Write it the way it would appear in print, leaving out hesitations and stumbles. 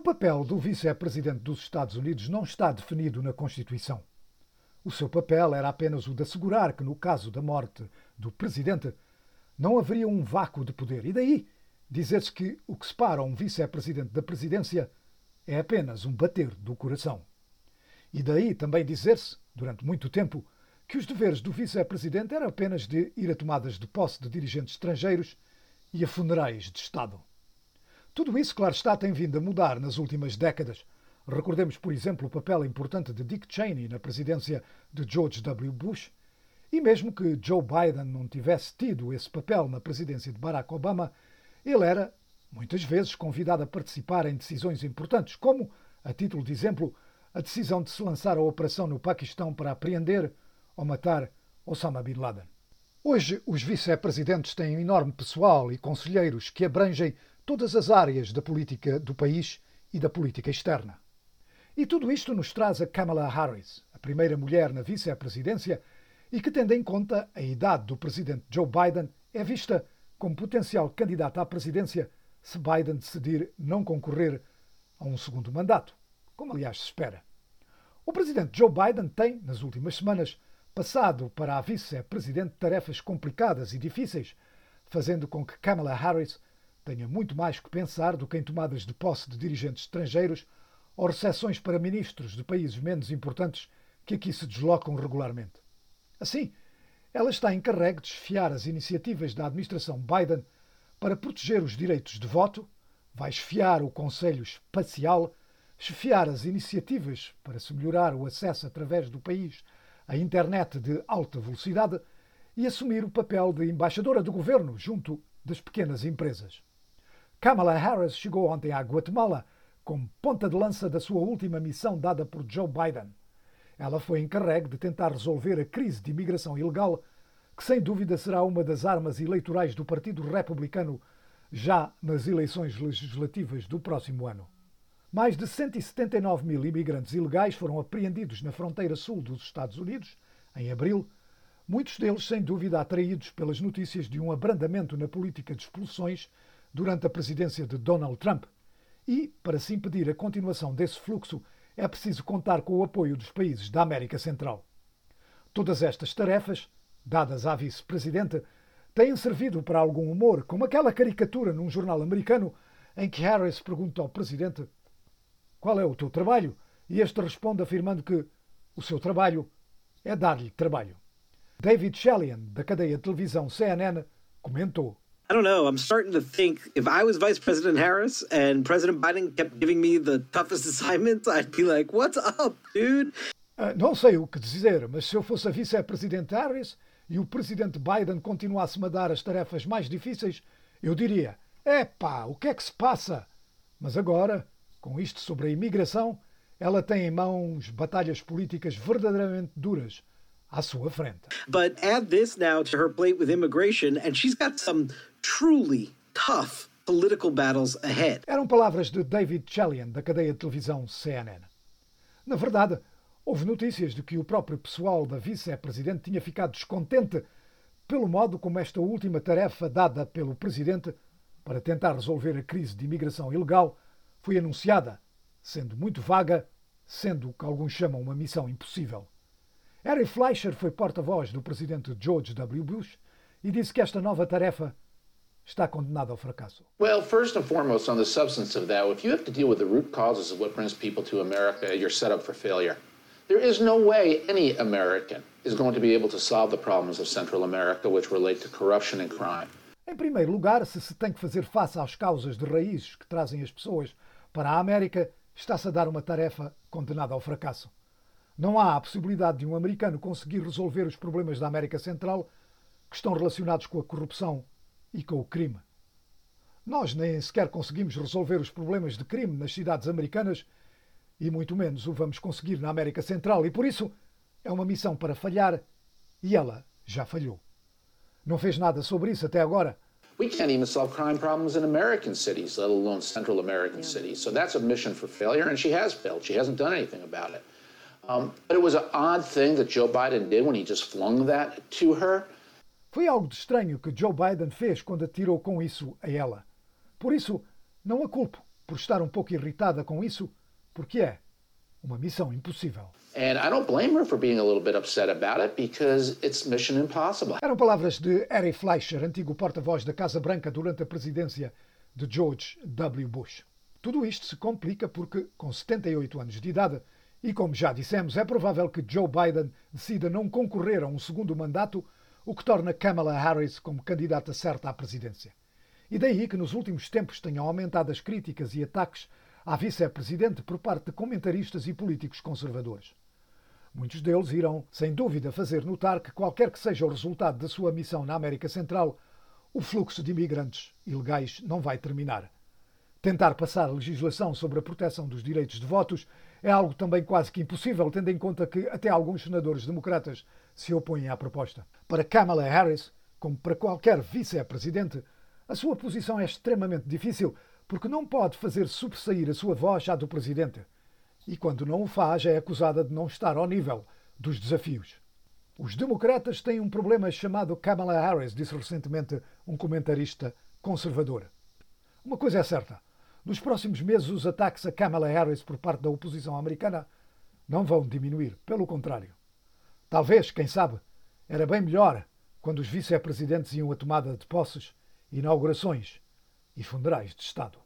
papel do vice-presidente dos Estados Unidos não está definido na Constituição. O seu papel era apenas o de assegurar que, no caso da morte do presidente, não haveria um vácuo de poder. E daí dizer-se que o que separa um vice-presidente da presidência é apenas um bater do coração. E daí também dizer-se, durante muito tempo, que os deveres do vice-presidente eram apenas de ir a tomadas de posse de dirigentes estrangeiros e a funerais de Estado. Tudo isso, claro está, tem vindo a mudar nas últimas décadas. Recordemos, por exemplo, o papel importante de Dick Cheney na presidência de George W. Bush, e mesmo que Joe Biden não tivesse tido esse papel na presidência de Barack Obama, ele era, muitas vezes, convidado a participar em decisões importantes, como, a título de exemplo, a decisão de se lançar a operação no Paquistão para apreender ou matar Osama Bin Laden. Hoje, os vice-presidentes têm um enorme pessoal e conselheiros que abrangem todas as áreas da política do país e da política externa. E tudo isto nos traz a Kamala Harris, a primeira mulher na vice-presidência e que, tendo em conta a idade do presidente Joe Biden, é vista como potencial candidata à presidência se Biden decidir não concorrer a um segundo mandato, como aliás se espera. O presidente Joe Biden tem, nas últimas semanas, passado para a vice-presidente tarefas complicadas e difíceis, fazendo com que Kamala Harris tenha muito mais que pensar do que em tomadas de posse de dirigentes estrangeiros ou recepções para ministros de países menos importantes que aqui se deslocam regularmente. Assim, ela está encarregue de esfiar as iniciativas da administração Biden para proteger os direitos de voto, vai esfiar o Conselho Espacial, esfiar as iniciativas para se melhorar o acesso através do país à internet de alta velocidade e assumir o papel de embaixadora do governo junto das pequenas empresas. Kamala Harris chegou ontem à Guatemala como ponta de lança da sua última missão dada por Joe Biden. Ela foi encarregue de tentar resolver a crise de imigração ilegal, que sem dúvida será uma das armas eleitorais do Partido Republicano já nas eleições legislativas do próximo ano. Mais de 179 mil imigrantes ilegais foram apreendidos na fronteira sul dos Estados Unidos, em abril, muitos deles sem dúvida atraídos pelas notícias de um abrandamento na política de expulsões durante a presidência de Donald Trump. E, para se impedir a continuação desse fluxo, é preciso contar com o apoio dos países da América Central. Todas estas tarefas, dadas à vice-presidente, têm servido para algum humor, como aquela caricatura num jornal americano em que Harris pergunta ao presidente: "Qual é o teu trabalho?" E este responde afirmando que o seu trabalho é dar-lhe trabalho. David Chalian, da cadeia de televisão CNN, comentou: I don't know. I'm starting to think if I was Vice President Harris and President Biden kept giving me the toughest assignments, I'd be like, what's up, dude? Não sei o que dizer, mas se eu fosse a vice-presidente Harris e o presidente Biden continuasse-me a dar as tarefas mais difíceis, eu diria: epá, o que é que se passa? Mas agora, com isto sobre a imigração, ela tem em mãos batalhas políticas verdadeiramente duras à sua frente. But add this now to her plate with immigration, and she's got some truly tough political battles ahead. Eram palavras de David Chalian, da cadeia de televisão CNN. Na verdade, houve notícias de que o próprio pessoal da vice-presidente tinha ficado descontente pelo modo como esta última tarefa dada pelo presidente para tentar resolver a crise de imigração ilegal foi anunciada, sendo muito vaga, sendo o que alguns chamam uma missão impossível. Harry Fleischer foi porta-voz do presidente George W. Bush e disse que esta nova tarefa está condenada ao fracasso. Well, first and foremost, on the substance of that, if you have to deal with the root causes of what brings people to America, you're set up for failure. There is no way any American is going to be able to solve the problems of Central America, which relate to corruption and crime. Em primeiro lugar, se tem que fazer face às causas de raízes que trazem as pessoas para a América, está-se a dar uma tarefa condenada ao fracasso. Não há a possibilidade de um americano conseguir resolver os problemas da América Central que estão relacionados com a corrupção e com o crime. Nós nem sequer conseguimos resolver os problemas de crime nas cidades americanas e muito menos o vamos conseguir na América Central. E por isso é uma missão para falhar e ela já falhou. Não fez nada sobre isso até agora. We can't even solve crime problems in American cities, let alone Central American cities. So that's a mission for failure, and she has failed. She hasn't done anything about it. But it was an odd thing that Joe Biden did when he just flung that to her. Foi algo de estranho que Joe Biden fez quando atirou com isso a ela. Por isso, não a culpo por estar um pouco irritada com isso, porque é uma missão impossível. And I don't blame her for being a little bit upset about it because it's mission impossible. Eram palavras de Harry Fleischer, antigo porta-voz da Casa Branca durante a presidência de George W. Bush. Tudo isto se complica porque, com 78 anos de idade, e como já dissemos, é provável que Joe Biden decida não concorrer a um segundo mandato, o que torna Kamala Harris como candidata certa à presidência. E daí que nos últimos tempos tenham aumentado as críticas e ataques à vice-presidente por parte de comentaristas e políticos conservadores. Muitos deles irão, sem dúvida, fazer notar que, qualquer que seja o resultado da sua missão na América Central, o fluxo de imigrantes ilegais não vai terminar. Tentar passar legislação sobre a proteção dos direitos de votos é algo também quase que impossível, tendo em conta que até alguns senadores democratas se opõem à proposta. Para Kamala Harris, como para qualquer vice-presidente, a sua posição é extremamente difícil, porque não pode fazer sobressair a sua voz à do presidente. E quando não o faz, é acusada de não estar ao nível dos desafios. Os democratas têm um problema chamado Kamala Harris, disse recentemente um comentarista conservador. Uma coisa é certa. Nos próximos meses, os ataques a Kamala Harris por parte da oposição americana não vão diminuir. Pelo contrário. Talvez, quem sabe, era bem melhor quando os vice-presidentes iam à tomada de posses, inaugurações e funerais de Estado.